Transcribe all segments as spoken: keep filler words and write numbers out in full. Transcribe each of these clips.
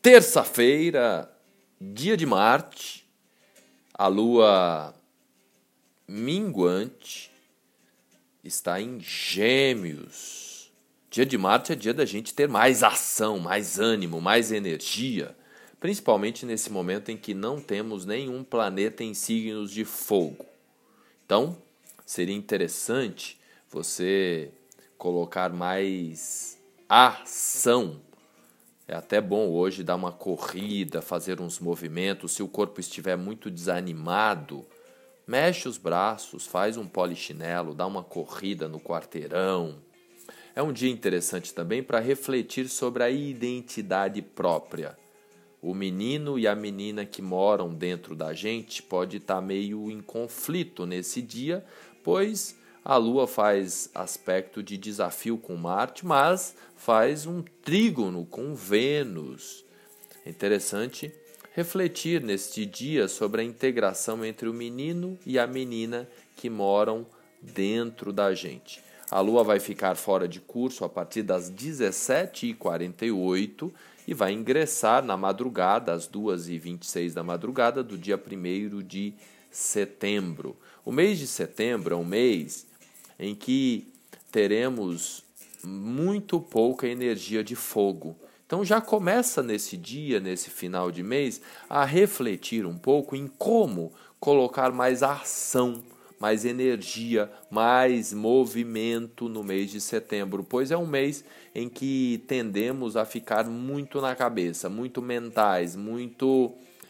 Terça-feira, dia de Marte, a lua minguante está em Gêmeos. Dia de Marte é dia da gente ter mais ação, mais ânimo, mais energia, principalmente nesse momento em que não temos nenhum planeta em signos de fogo. Então, seria interessante você colocar mais ação. É até bom hoje dar uma corrida, fazer uns movimentos. Se o corpo estiver muito desanimado, mexe os braços, faz um polichinelo, dá uma corrida no quarteirão. É um dia interessante também para refletir sobre a identidade própria. O menino e a menina que moram dentro da gente pode estar meio em conflito nesse dia, pois a Lua faz aspecto de desafio com Marte, mas faz um trígono com Vênus. É interessante refletir neste dia sobre a integração entre o menino e a menina que moram dentro da gente. A Lua vai ficar fora de curso a partir das dezessete e quarenta e oito e vai ingressar na madrugada, às duas e vinte e seis da madrugada do dia primeiro de setembro. O mês de setembro é um mês em que teremos muito pouca energia de fogo. Então já começa nesse dia, nesse final de mês, a refletir um pouco em como colocar mais ação, mais energia, mais movimento no mês de setembro, pois é um mês em que tendemos a ficar muito na cabeça, muito mentais, muito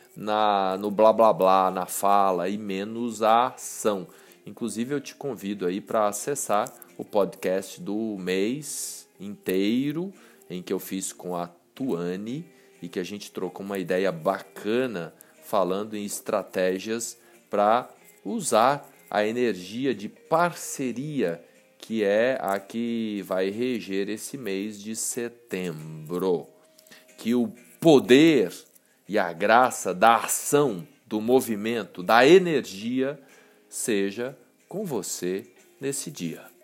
na, no blá blá blá, na fala e menos a ação. Inclusive eu te convido aí para acessar o podcast do mês inteiro em que eu fiz com a Tuane e que a gente trocou uma ideia bacana falando em estratégias para usar a energia de parceria que é a que vai reger esse mês de setembro. Que o poder e a graça da ação, do movimento, da energia seja com você nesse dia.